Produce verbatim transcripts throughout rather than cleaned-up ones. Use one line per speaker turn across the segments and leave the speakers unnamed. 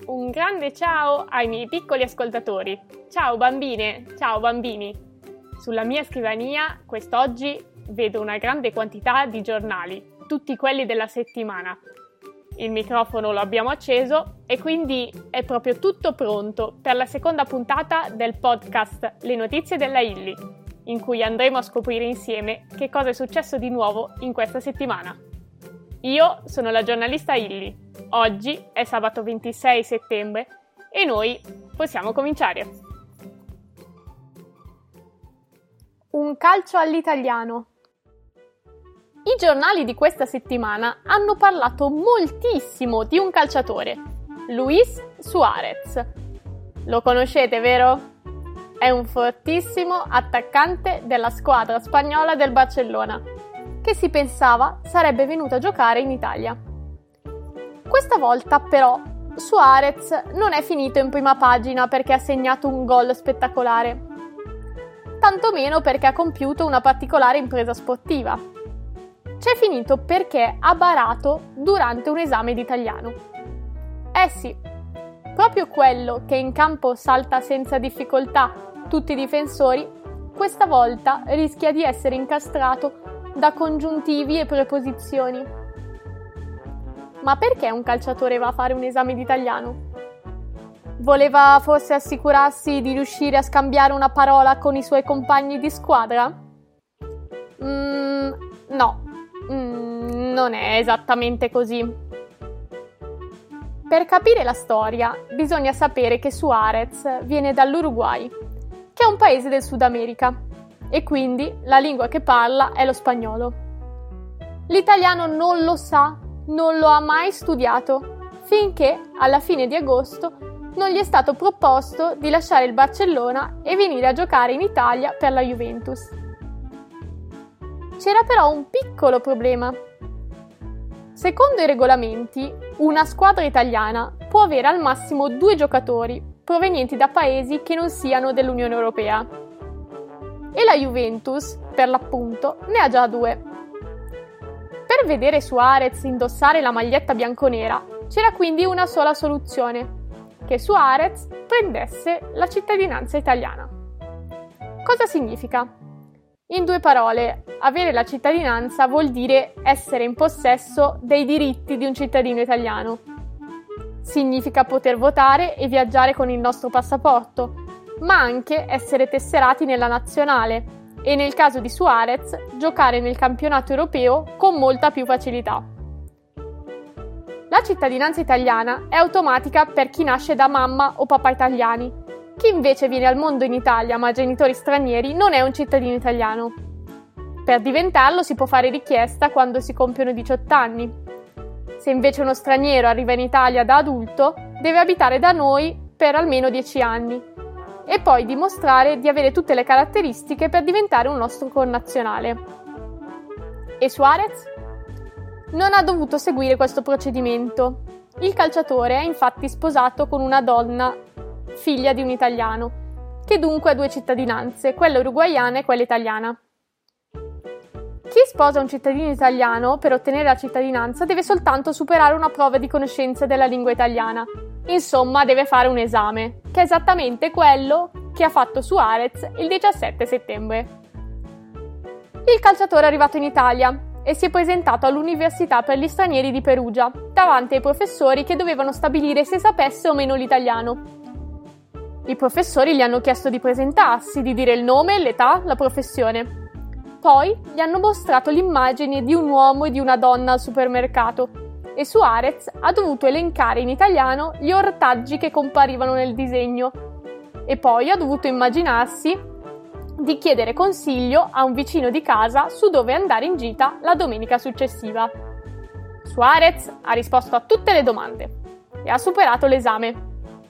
Un grande ciao ai miei piccoli ascoltatori. Ciao bambine, ciao bambini. Sulla mia scrivania quest'oggi vedo una grande quantità di giornali, tutti quelli della settimana. Il microfono lo abbiamo acceso e quindi è proprio tutto pronto per la seconda puntata del podcast Le notizie della Illy, in cui andremo a scoprire insieme che cosa è successo di nuovo in questa settimana. Io sono la giornalista Illy. Oggi è sabato ventisei settembre e noi possiamo cominciare. Un calcio all'italiano. I giornali di questa settimana hanno parlato moltissimo di un calciatore, Luis Suárez. Lo conoscete, vero? È un fortissimo attaccante della squadra spagnola del Barcellona, che si pensava sarebbe venuto a giocare in Italia. Questa volta, però, Suárez non è finito in prima pagina perché ha segnato un gol spettacolare, tantomeno perché ha compiuto una particolare impresa sportiva. C'è finito perché ha barato durante un esame di italiano. Eh sì, proprio quello che in campo salta senza difficoltà tutti i difensori, questa volta rischia di essere incastrato da congiuntivi e preposizioni. Ma perché un calciatore va a fare un esame di italiano? Voleva forse assicurarsi di riuscire a scambiare una parola con i suoi compagni di squadra? Mm, no, mm, non è esattamente così. Per capire la storia bisogna sapere che Suárez viene dall'Uruguay, che è un paese del Sud America, e quindi la lingua che parla è lo spagnolo. L'italiano non lo sa, non lo ha mai studiato, finché alla fine di agosto non gli è stato proposto di lasciare il Barcellona e venire a giocare in Italia per la Juventus. C'era però un piccolo problema. Secondo i regolamenti, una squadra italiana può avere al massimo due giocatori provenienti da paesi che non siano dell'Unione Europea. E la Juventus, per l'appunto, ne ha già due. Per vedere Suárez indossare la maglietta bianconera c'era quindi una sola soluzione: che Suárez prendesse la cittadinanza italiana. Cosa significa? In due parole, avere la cittadinanza vuol dire essere in possesso dei diritti di un cittadino italiano. Significa poter votare e viaggiare con il nostro passaporto, ma anche essere tesserati nella nazionale e nel caso di Suárez giocare nel campionato europeo con molta più facilità. La cittadinanza italiana è automatica per chi nasce da mamma o papà italiani. Chi invece viene al mondo in Italia ma ha genitori stranieri non è un cittadino italiano. Per diventarlo si può fare richiesta quando si compiono diciotto anni. Se invece uno straniero arriva in Italia da adulto, deve abitare da noi per almeno dieci anni e poi dimostrare di avere tutte le caratteristiche per diventare un nostro connazionale. E Suárez non ha dovuto seguire questo procedimento. Il calciatore è infatti sposato con una donna, figlia di un italiano, che dunque ha due cittadinanze, quella uruguaiana e quella italiana. Chi sposa un cittadino italiano per ottenere la cittadinanza deve soltanto superare una prova di conoscenza della lingua italiana. Insomma, deve fare un esame, che è esattamente quello che ha fatto Suárez il diciassette settembre. Il calciatore è arrivato in Italia e si è presentato all'Università per gli stranieri di Perugia, davanti ai professori che dovevano stabilire se sapesse o meno l'italiano. I professori gli hanno chiesto di presentarsi, di dire il nome, l'età, la professione. Poi gli hanno mostrato l'immagine di un uomo e di una donna al supermercato e Suárez ha dovuto elencare in italiano gli ortaggi che comparivano nel disegno e poi ha dovuto immaginarsi di chiedere consiglio a un vicino di casa su dove andare in gita la domenica successiva. Suárez ha risposto a tutte le domande e ha superato l'esame.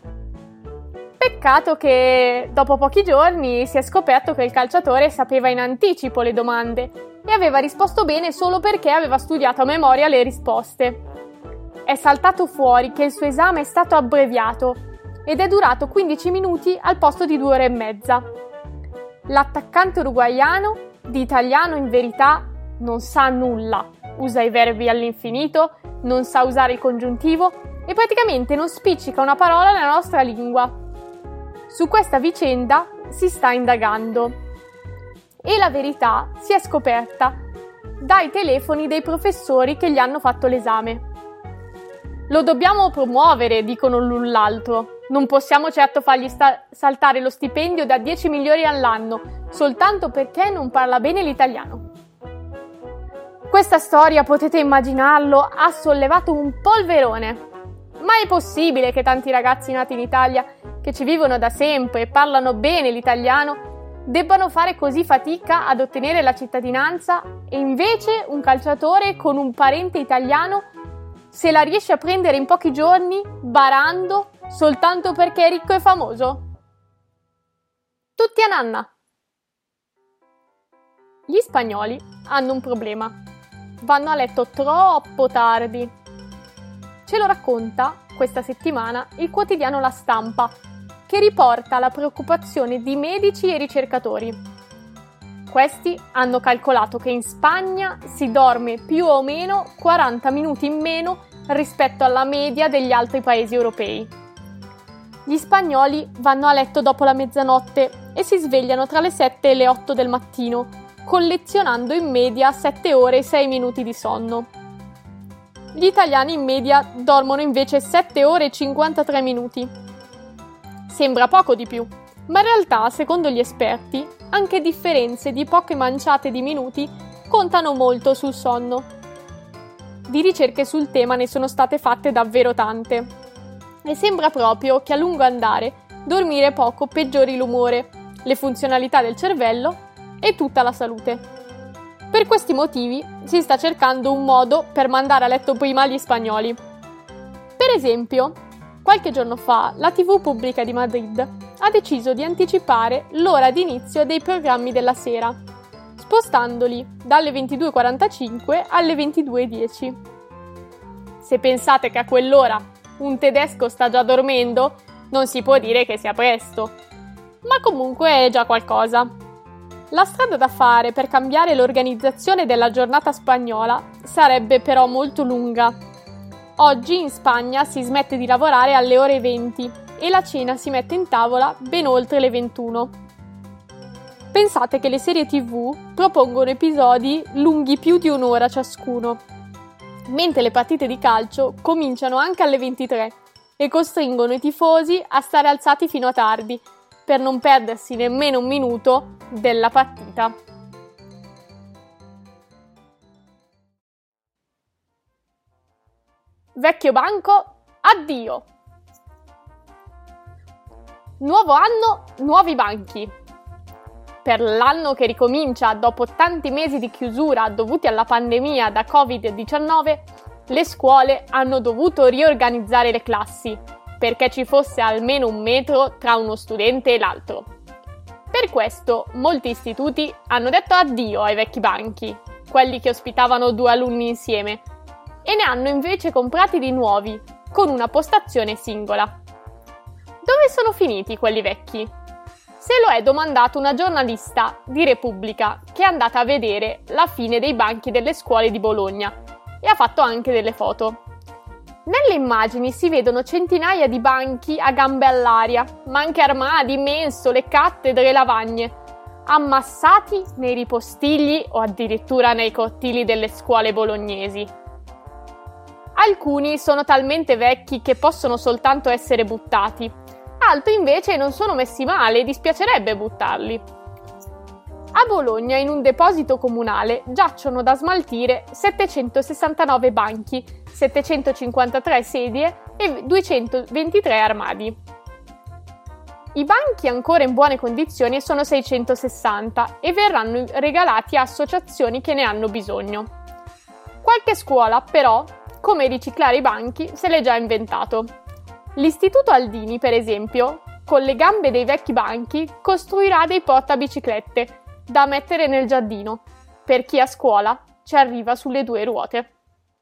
Peccato che dopo pochi giorni si è scoperto che il calciatore sapeva in anticipo le domande e aveva risposto bene solo perché aveva studiato a memoria le risposte. È saltato fuori che il suo esame è stato abbreviato ed è durato quindici minuti al posto di due ore e mezza. L'attaccante uruguaiano, di italiano in verità, non sa nulla, usa i verbi all'infinito, non sa usare il congiuntivo e praticamente non spiccica una parola nella nostra lingua. Su questa vicenda si sta indagando e la verità si è scoperta dai telefoni dei professori che gli hanno fatto l'esame. Lo dobbiamo promuovere, dicono l'un l'altro. Non possiamo certo fargli sta- saltare lo stipendio da dieci milioni all'anno, soltanto perché non parla bene l'italiano. Questa storia, potete immaginarlo, ha sollevato un polverone. Ma è possibile che tanti ragazzi nati in Italia, che ci vivono da sempre e parlano bene l'italiano, debbano fare così fatica ad ottenere la cittadinanza e invece un calciatore con un parente italiano se la riesce a prendere in pochi giorni, barando, soltanto perché è ricco e famoso? Tutti a nanna! Gli spagnoli hanno un problema. Vanno a letto troppo tardi. Ce lo racconta questa settimana il quotidiano La Stampa, che riporta la preoccupazione di medici e ricercatori. Questi hanno calcolato che in Spagna si dorme più o meno quaranta minuti in meno rispetto alla media degli altri paesi europei. Gli spagnoli vanno a letto dopo la mezzanotte e si svegliano tra le sette e le otto del mattino, collezionando in media sette ore e sei minuti di sonno. Gli italiani in media dormono invece sette ore e cinquantatré minuti. Sembra poco di più, ma in realtà, secondo gli esperti, anche differenze di poche manciate di minuti contano molto sul sonno. Di ricerche sul tema ne sono state fatte davvero tante e sembra proprio che a lungo andare dormire poco peggiori l'umore, le funzionalità del cervello e tutta la salute. Per questi motivi si sta cercando un modo per mandare a letto prima gli spagnoli. Per esempio, qualche giorno fa la tivù pubblica di Madrid ha deciso di anticipare l'ora di inizio dei programmi della sera, spostandoli dalle ventidue e quarantacinque alle ventidue e dieci. Se pensate che a quell'ora un tedesco sta già dormendo, non si può dire che sia presto, ma comunque è già qualcosa. La strada da fare per cambiare l'organizzazione della giornata spagnola sarebbe però molto lunga. Oggi in Spagna si smette di lavorare alle ore venti e la cena si mette in tavola ben oltre le ventuno. Pensate che le serie tivù propongono episodi lunghi più di un'ora ciascuno, mentre le partite di calcio cominciano anche alle ventitré e costringono i tifosi a stare alzati fino a tardi, per non perdersi nemmeno un minuto della partita. Vecchio banco, addio! Nuovo anno, nuovi banchi. Per l'anno che ricomincia dopo tanti mesi di chiusura dovuti alla pandemia da covid diciannove, le scuole hanno dovuto riorganizzare le classi, perché ci fosse almeno un metro tra uno studente e l'altro. Per questo molti istituti hanno detto addio ai vecchi banchi, quelli che ospitavano due alunni insieme, e ne hanno invece comprati di nuovi, con una postazione singola. Dove sono finiti quelli vecchi? Se lo è domandato una giornalista di Repubblica che è andata a vedere la fine dei banchi delle scuole di Bologna e ha fatto anche delle foto. Nelle immagini si vedono centinaia di banchi a gambe all'aria, ma anche armadi, mensole, cattedre e lavagne, ammassati nei ripostigli o addirittura nei cortili delle scuole bolognesi. Alcuni sono talmente vecchi che possono soltanto essere buttati, altri invece non sono messi male e dispiacerebbe buttarli. A Bologna, in un deposito comunale, giacciono da smaltire settecentosessantanove banchi, settecentocinquantatré sedie e duecentoventitré armadi. I banchi ancora in buone condizioni sono seicentosessanta e verranno regalati a associazioni che ne hanno bisogno. Qualche scuola, però, come riciclare i banchi, se l'è già inventato. L'Istituto Aldini, per esempio, con le gambe dei vecchi banchi, costruirà dei portabiciclette da mettere nel giardino, per chi a scuola ci arriva sulle due ruote.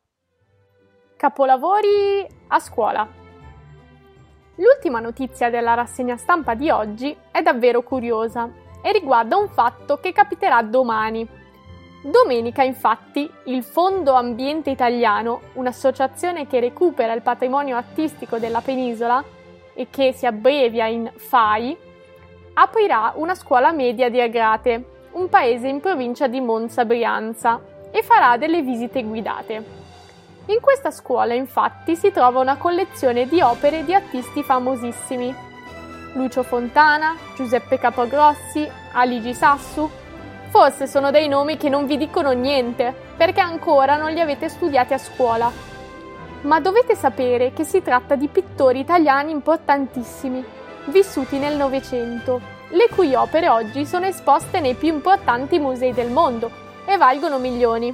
Capolavori a scuola. L'ultima notizia della rassegna stampa di oggi è davvero curiosa e riguarda un fatto che capiterà domani. Domenica, infatti, il Fondo Ambiente Italiano, un'associazione che recupera il patrimonio artistico della penisola e che si abbrevia in F A I, aprirà una scuola media di Agrate, un paese in provincia di Monza, Brianza, e farà delle visite guidate. In questa scuola, infatti, si trova una collezione di opere di artisti famosissimi: Lucio Fontana, Giuseppe Capogrossi, Aligi Sassu. Forse sono dei nomi che non vi dicono niente, perché ancora non li avete studiati a scuola. Ma dovete sapere che si tratta di pittori italiani importantissimi, vissuti nel Novecento, le cui opere oggi sono esposte nei più importanti musei del mondo e valgono milioni.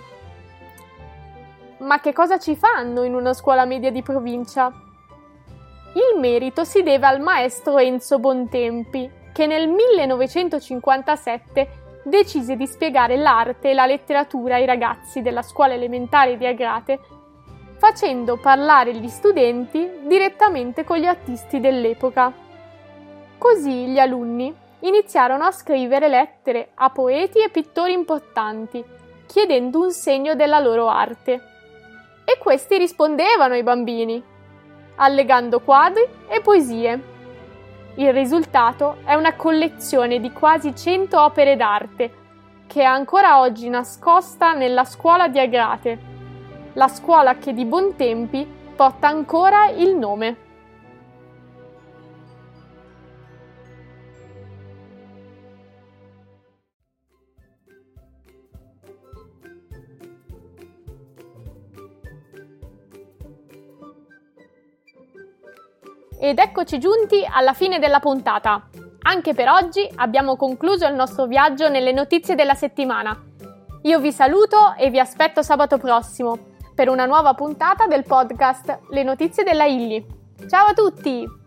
Ma che cosa ci fanno in una scuola media di provincia? Il merito si deve al maestro Enzo Bontempi, che nel millenovecentocinquantasette decise di spiegare l'arte e la letteratura ai ragazzi della scuola elementare di Agrate, facendo parlare gli studenti direttamente con gli artisti dell'epoca. Così gli alunni iniziarono a scrivere lettere a poeti e pittori importanti, chiedendo un segno della loro arte. E questi rispondevano ai bambini, allegando quadri e poesie. Il risultato è una collezione di quasi cento opere d'arte, che è ancora oggi nascosta nella scuola di Agrate, la scuola che di Bontempi porta ancora il nome. Ed eccoci giunti alla fine della puntata. Anche per oggi abbiamo concluso il nostro viaggio nelle notizie della settimana. Io vi saluto e vi aspetto sabato prossimo per una nuova puntata del podcast Le notizie della Illy. Ciao a tutti!